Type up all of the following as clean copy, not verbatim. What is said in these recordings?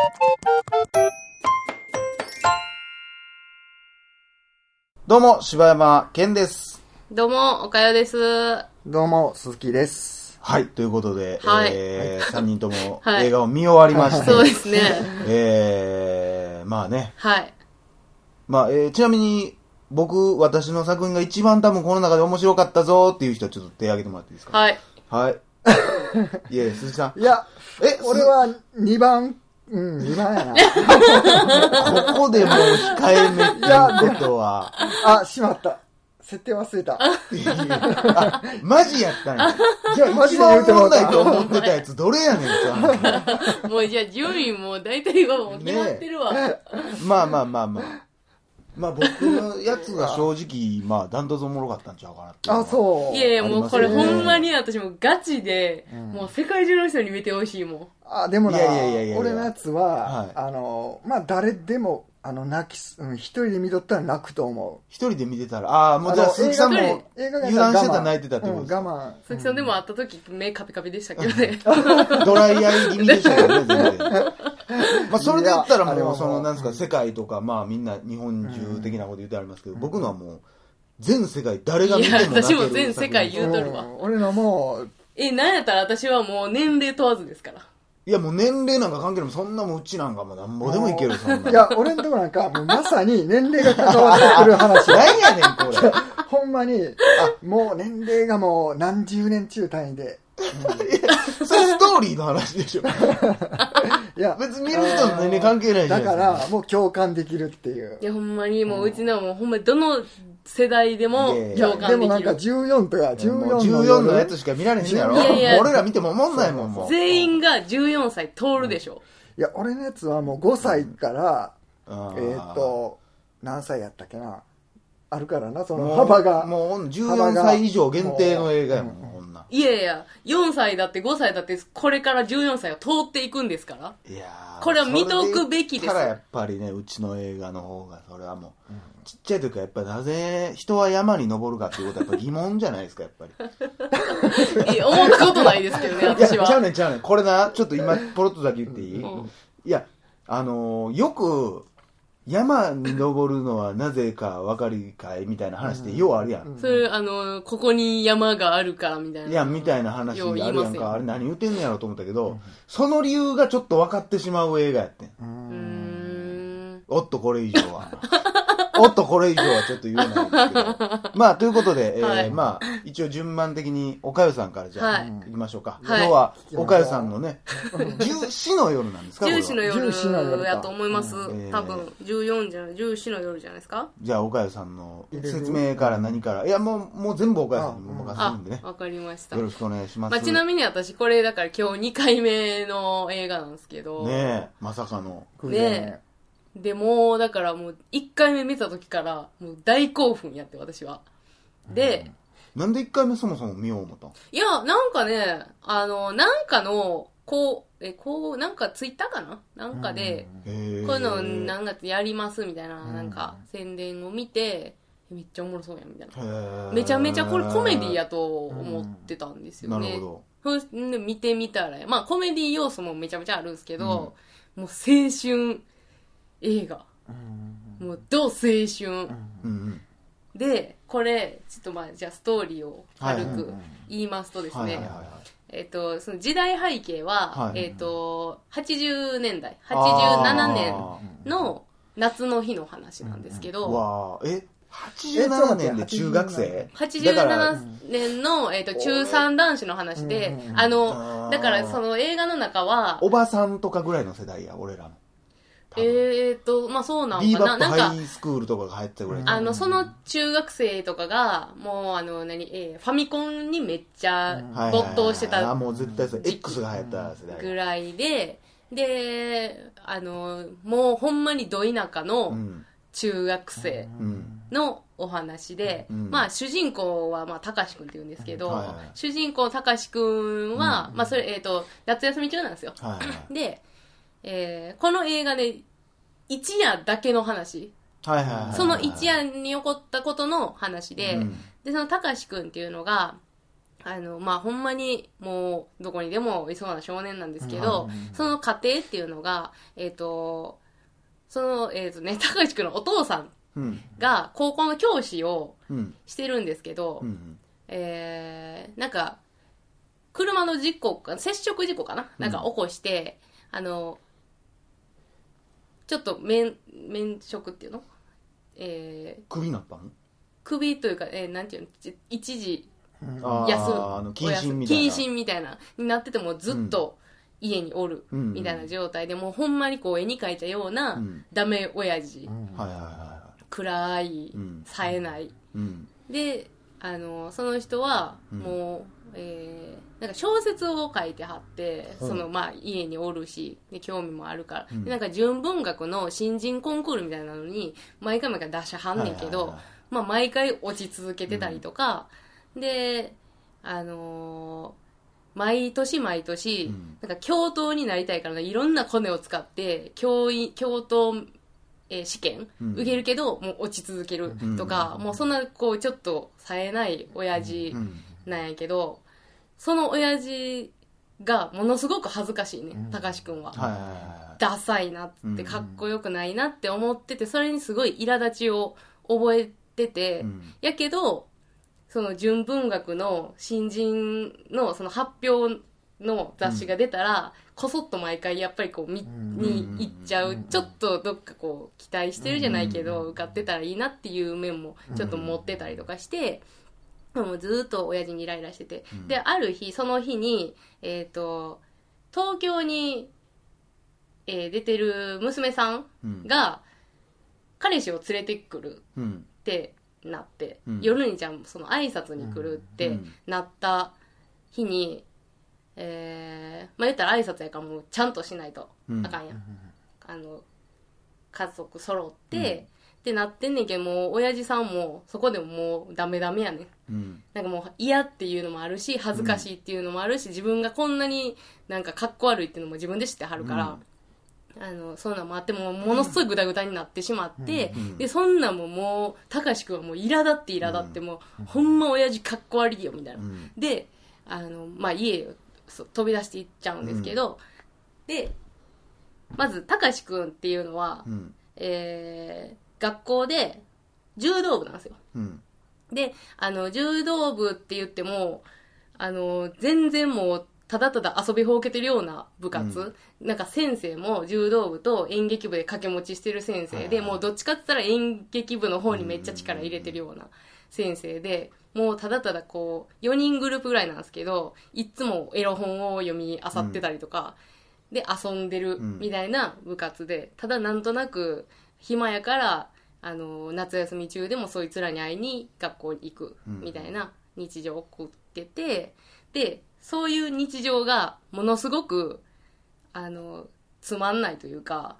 どうも、柴山健です。 どうも、おかよです。 どうも、鈴木です。 はい、ということで、 はい、 3人ともはい、 映画を見終わりまして、 そうですね。 まあね。 はい。 まあ、ちなみに、私の作品が一番多分この中で面白かったぞっていう人はちょっと手挙げてもらっていいですか？ はい。 はい。いやいや、鈴木さん。 いや、俺は2番、2番やな。 ここでもう控えめっていうことは。 あ、しまった。設定忘れた。 あ、マジやったんや。 じゃあ、 一番おもんないと思ってたやつどれやねんってもうじゃあ順位も大体はもう決まってるわ。ね、 まあ。まあ僕のやつが正直、まあダントツおもろかったんちゃうかなって。 あ、そう。 いやいや、もうこれほんまに私もガチで、もう世界中の人に見てほしいもん。 あ、でもな、 いや俺のやつは、 はい、 まあ誰でも、一人で見とったら泣くと思う。 一人で見てたら、もうじゃあ鈴木さんも油断してたら泣いてたってことですか？ 我慢。 鈴木さんでも会った時目カピカピでしたけどね。 ドライアイ気味でしたけどね、全然。まあそれで言ったらもう、その、なんですか、世界とか、まあみんな日本中的なこと言ってありますけど、僕のはもう、全世界誰が見ても泣ける。 いや、私も全世界言うとるわ。 俺のもう、 なんやったら私はもう年齢問わずですから。 いやもう年齢なんか関係ない。そんなもううちなんかもうなんぼでもいける。そんな。 いや、俺のとこなんか、もうまさに年齢が関わってくる話。 何やねん、これ。 ほんまに、もう年齢がもう何十年中単位で。 それストーリーの話でしょ。いや、別に見る人の年齢関係ないじゃないですか。 だから、もう共感できるっていう。 いや、ほんまに、もううちのはもうほんまにどの世代でも共感できる。 でもなんか14とか、 14のやつしか見られへんやろ。 いや俺ら見ても思んないもん、もう。 全員が14歳通るでしょ。 いや、俺のやつはもう5歳から、何歳やったっけな。あるからな、その幅が。 もう14歳以上限定の映画やもん、こんな。 いやいや、4歳だって5歳だって、これから14歳を通っていくんですから。 いやこれは見とくべきです。 だからやっぱりね、うちの映画の方が、それはもう、ちっちゃい時からやっぱなぜ人は山に登るかっていうことはやっぱ疑問じゃないですか、やっぱり。 いや、思ったことないですけどね、私は。 いや、ちゃうねん。これな、ちょっと今、ポロッとだけ言っていい？いや、よく、山に登るのはなぜか分かりかいみたいな話ってようあるやん。 それ、ここに山があるからみたいな。 いや、みたいな話あるやんか。あれ何言ってんのやろと思ったけど、その理由がちょっと分かってしまう映画やってん。おっと、これ以上は。おっと、これ以上はちょっと言えないんですけど。まあ、ということで、まあ、一応順番的に、おかよさんからじゃあ、行きましょうか。今日は、おかよさんのね、14の夜なんですか？ 14の夜やと思います。多分、14じゃない、14の夜じゃないですか？ じゃあ、おかよさんの説明から何から、いや、もう全部おかよさんに任せるんでね。 わかりました。 よろしくお願いします。 ちなみに私、これだから今日2回目の映画なんですけど。 ねえ、まさかの。 ねえ。でもだからもう1回目見た時からもう大興奮やって私は。で、 なんで1回目そもそも見よう思ったん？ いや、なんかね、なんかの、なんかツイッターかななんかで、こういうの何月やりますみたいな、なんか宣伝を見て、めっちゃおもろそうやんみたいな。めちゃめちゃこれコメディやと思ってたんですよね。 なるほど。で見てみたら、まあコメディ要素もめちゃめちゃあるんですけど、もう青春映画。もう、青春。で、これ、ちょっとじゃあストーリーを軽く言いますとですね、その時代背景は、80年代、87年の夏の日の話なんですけど、 87年で中学生 ？87年の、中3男子の話で、だからその映画の中は、 おばさんとかぐらいの世代や、俺らの。 まあそうなんかな。 ビーバップハイスクールとかが入ってたぐらい。 その中学生とかが、もうファミコンにめっちゃ没頭してた。 もう絶対そう、X が流行った世代。 ぐらいで、もうほんまにど田舎の中学生のお話で、まあ主人公は、まあ、たかしくんって言うんですけど、主人公たかしくんは、まあそれ、夏休み中なんですよ。で、この映画で一夜だけの話、その一夜に起こったことの話で、でそのたかしくんっていうのがまあほんまにもうどこにでもいそうな少年なんですけど、その家庭っていうのが、その、ね、高橋くんのお父さんが高校の教師をしてるんですけど、なんか、車の事故か、接触事故かな、なんか起こして、ちょっと免職っていうの首になったの？ 首というか、なんていうの、一時、 謹慎みたいなになっててもずっと家におるみたいな状態で、もうほんまにこう絵に描いたようなダメ親父、暗い、冴えない、でその人はもう、なんか小説を書いてはって、そのまあ家におるしで興味もあるから、でなんか純文学の新人コンクールみたいなのに毎回出しはんねんけど、まあ毎回落ち続けてたりとか、で毎年毎年、なんか教頭になりたいからいろんなコネを使って教頭試験受けるけど、もう落ち続けるとか、もうそんなこうちょっと冴えない親父なんやけど、その親父がものすごく恥ずかしいね、高橋くんは。ダサいなって、かっこよくないなって思ってて、それにすごい苛立ちを覚えてて、やけど、その純文学の新人のその発表の雑誌が出たら、こそっと毎回やっぱりこう見に行っちゃう、ちょっとどっかこう期待してるじゃないけど、受かってたらいいなっていう面もちょっと持ってたりとかして、もうずっと親父にイライラしてて、である日その日に東京に、出てる娘さんが彼氏を連れてくるってなって、夜にじゃあその挨拶に来るってなった日に、まあ言ったら挨拶やからもうちゃんとしないとあかんやん、家族揃って、ってなってんねんけど、もう親父さんもそこでももうダメダメやねん、なんかもう嫌っていうのもあるし恥ずかしいっていうのもあるし、自分がこんなになんかかっこ悪いっていうのも自分で知ってはるから、そんなんもあってもものすごいグダグダになってしまって、でそんなんもう高志くんはもう苛立ってもう、ほんま親父かっこ悪いよみたいな、でまあ家を飛び出していっちゃうんですけど、でまず高志くんっていうのは、学校で柔道部なんですよ、で柔道部って言っても全然もうただただ遊びほうけてるような部活、なんか先生も柔道部と演劇部で掛け持ちしてる先生で、もうどっちかって言ったら演劇部の方にめっちゃ力入れてるような先生で、もうただただこう4人グループぐらいなんですけど、いつもエロ本を読み漁ってたりとか、で遊んでるみたいな部活で、ただなんとなく暇やから夏休み中でもそいつらに会いに学校に行くみたいな日常を送ってて、でそういう日常がものすごくつまんないというか、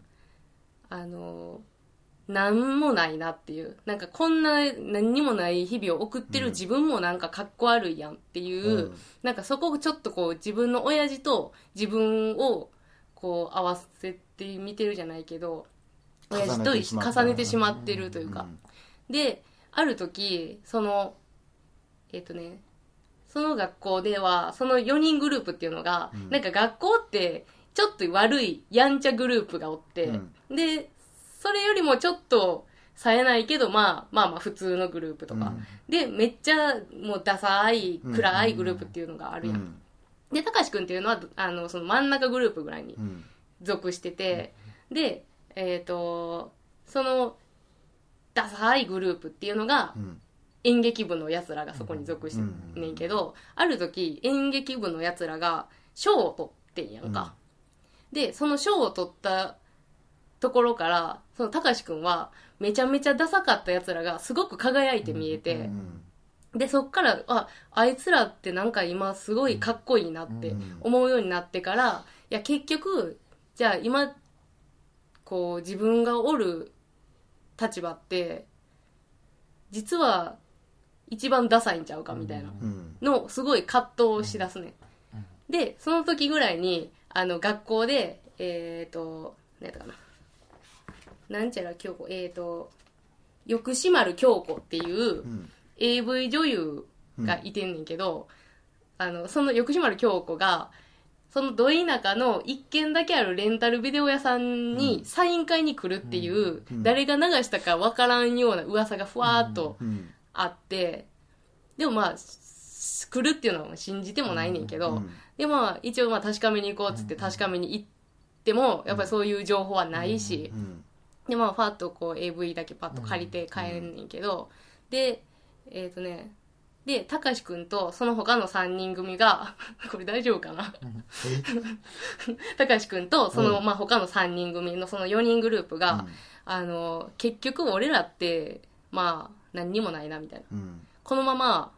なんもないなっていう、なんかこんな何にもない日々を送ってる自分もなんかかっこ悪いやんっていう、なんかそこをちょっとこう自分の親父と自分をこう合わせてみてるじゃないけど、親父と重ねてしまってるというか、である時そのその学校ではその4人グループっていうのが、なんか学校ってちょっと悪いやんちゃグループがおって、でそれよりもちょっと冴えないけど、まあ普通のグループとか、でめっちゃもうダサい暗いグループっていうのがあるやん、で高志くんっていうのはその真ん中グループぐらいに属してて、でそのダサいグループっていうのが、演劇部のやつらがそこに属してんねんけど、ある時演劇部のやつらが賞を取ってんやんか、でその賞を取ったところからその高志くんはめちゃめちゃダサかったやつらがすごく輝いて見えて、でそっからあいつらってなんか今すごいかっこいいなって思うようになってから、いや結局じゃあ今こう自分がおる立場って実は一番ダサいんちゃうかみたいなのすごい葛藤をしだすね、でその時ぐらいに学校で何やったかな、なんちゃら京子、薬師丸京子っていう AV 女優がいてんねんけど、その薬師丸京子が、そのど田舎の一軒だけあるレンタルビデオ屋さんにサイン会に来るっていう、誰が流したかわからんような噂がふわーっとあって、でもまあ、来るっていうのは信じてもないねんけど、でも一応まあ確かめに行こうっつって確かめに行っても、やっぱりそういう情報はないし、でまあファッとこう AV だけパッと借りて帰んねんけど、で、で、たかしくんとその他の3人組が、これ大丈夫かなたかしくんとその、まあ、他の3人組のその4人グループが、結局俺らって、まあ、何にもないなみたいな。このまま、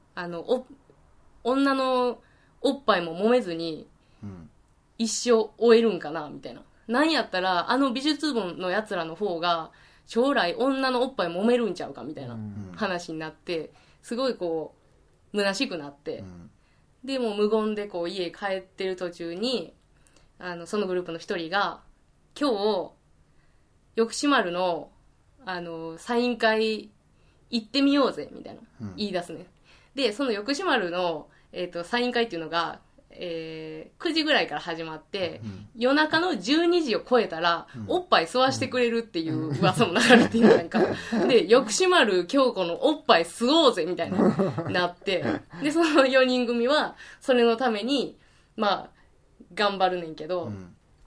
女のおっぱいも揉めずに、一生終えるんかなみたいな。なんやったら、美術部の奴らの方が、将来女のおっぱい揉めるんちゃうかみたいな話になって、すごいこう、虚しくなって、で、もう無言でこう家帰ってる途中に、そのグループの一人が、今日、薬師丸の、サイン会行ってみようぜ、みたいな、言い出すね。で、その薬師丸の、サイン会っていうのが、9時ぐらいから始まって、夜中の12時を超えたら、おっぱい吸わしてくれるっていう噂も流れてるやんか。で、薬師丸京子のおっぱい吸おうぜみたいな、なって、で、その4人組は、それのために、まあ、頑張るねんけど、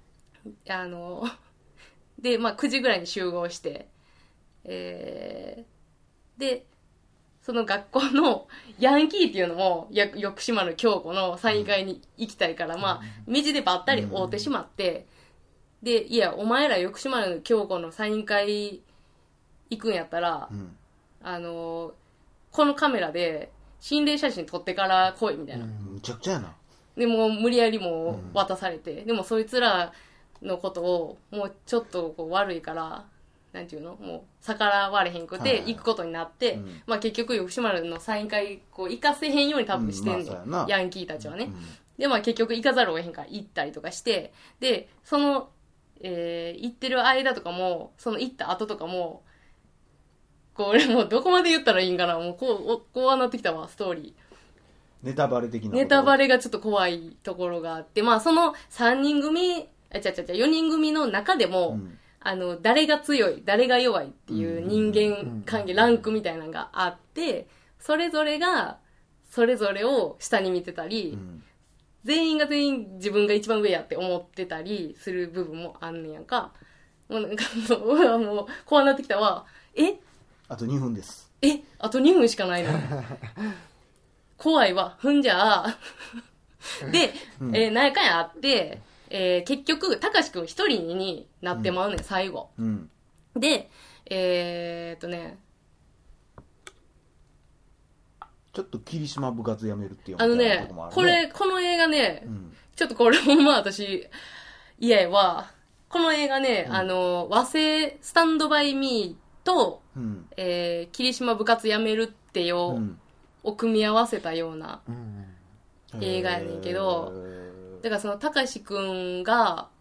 で、まあ9時ぐらいに集合して、で、その学校のヤンキーっていうのも薬師丸京子のサイン会に行きたいから、まあ道でばったり会うてしまって、で、いやお前ら薬師丸京子のサイン会行くんやったら、このカメラで心霊写真撮ってから来いみたいな、 むちゃくちゃやな。 でもう無理やりもう渡されて、でもそいつらのことをもうちょっとこう悪いからなんていうのもう逆らわれへんくて行くことになって、まあ結局薬師丸のサイン会こう行かせへんように多分してんねん、ヤンキーたちはね、でまあ結局行かざるを得へんから行ったりとかして、でその、行ってる間とかもその行った後とかもこう俺もうどこまで言ったらいいんかな、もうこうなってきたわストーリー。 ネタバレ的な。 ネタバレがちょっと怖いところがあって、まあその3人組4人組の中でも、誰が強い、誰が弱いっていう人間関係、ランクみたいなのがあって、それぞれが、それぞれを下に見てたり、全員が全員自分が一番上やって思ってたりする部分もあんねやんか。もうなんか、もう、こうなってきたわ。 あと2分です。 あと2分しかないの。怖いわ。ふんじゃあ。で、何やかんやあって、結局、たかしくん一人になってまうねん、最後。で、 ちょっと霧島部活やめるっていうこの映画ね、ちょっとこれほんま私、嫌やわ。この映画ね、和製スタンドバイミーと、霧島部活やめるってよ、を組み合わせたような映画やねんけど、だからそのたかしくんが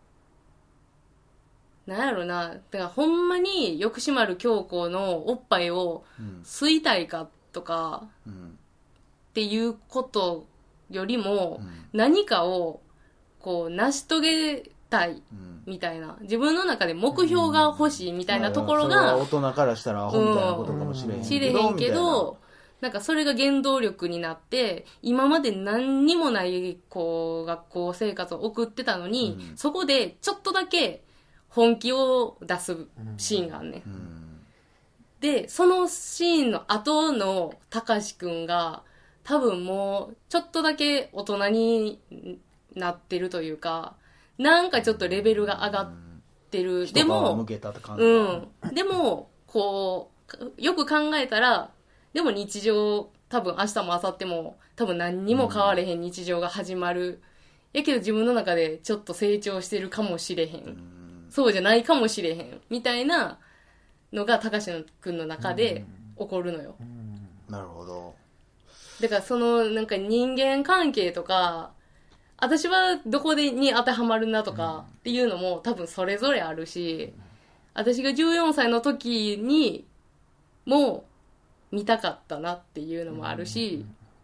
なんやろな、だからほんまに薬師丸京子のおっぱいを吸いたいかとかっていうことよりも、何かをこう成し遂げたいみたいな、自分の中で目標が欲しいみたいなところが、 大人からしたらアホみたいなことかもしれへんけど、 なんかそれが原動力になって、今まで何にもないこう学校生活を送ってたのに、そこでちょっとだけ本気を出すシーンがあんね、で、そのシーンの後のたかしくんが多分もうちょっとだけ大人になってるというか、なんかちょっとレベルが上がってる。でも、でも、こう、よく考えたら、でも日常、多分明日も明後日も多分何にも変われへん日常が始まる。やけど自分の中でちょっと成長してるかもしれへん。そうじゃないかもしれへん。みたいなのが高志くんの中で起こるのよ。 なるほど。 だからそのなんか人間関係とか、私はどこに当てはまるなとかっていうのも多分それぞれあるし、私が14歳の時にも見たかったなっていうのもあるし、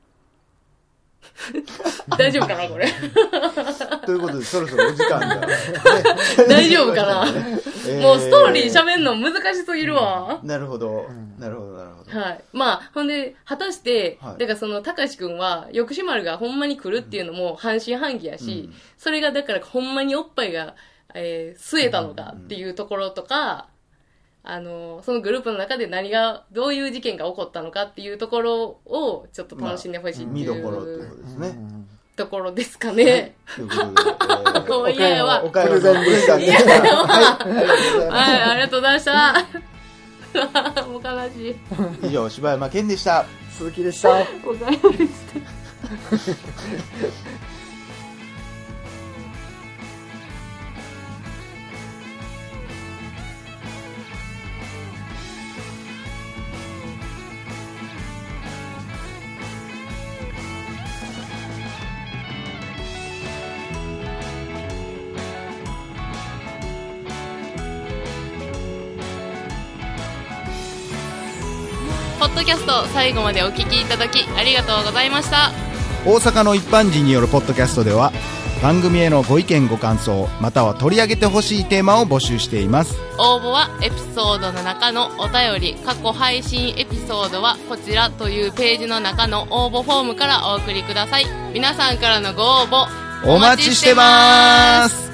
大丈夫かなこれということでそろそろお時間が大丈夫かな、もうストーリー喋んの難しすぎるわ。 なるほどなるほどなるほど。 はい。まあほんで果たして、 はい、 だからそのたかしくんは薬師丸がほんまに来るっていうのも半信半疑やし、それがだからほんまにおっぱいが、吸えたのかっていうところとか、そのグループの中でどういう事件が起こったのかっていうところをちょっと楽しんでほしいっていう、 見どころっていうことですね。 ところですかね。 ということで、 もう嫌やわ。 お買い物でしたね。 はい、ありがとうございました。もう悲しい。 以上、柴山健でした。 鈴木でした。 おかえりして。ポッドキャスト最後までお聞きいただきありがとうございました。 大阪の一般人によるポッドキャストでは番組へのご意見ご感想または取り上げてほしいテーマを募集しています。 応募はエピソードの中のお便り過去配信エピソードはこちらというページの中の応募フォームからお送りください。皆さんからのご応募お待ちしてます。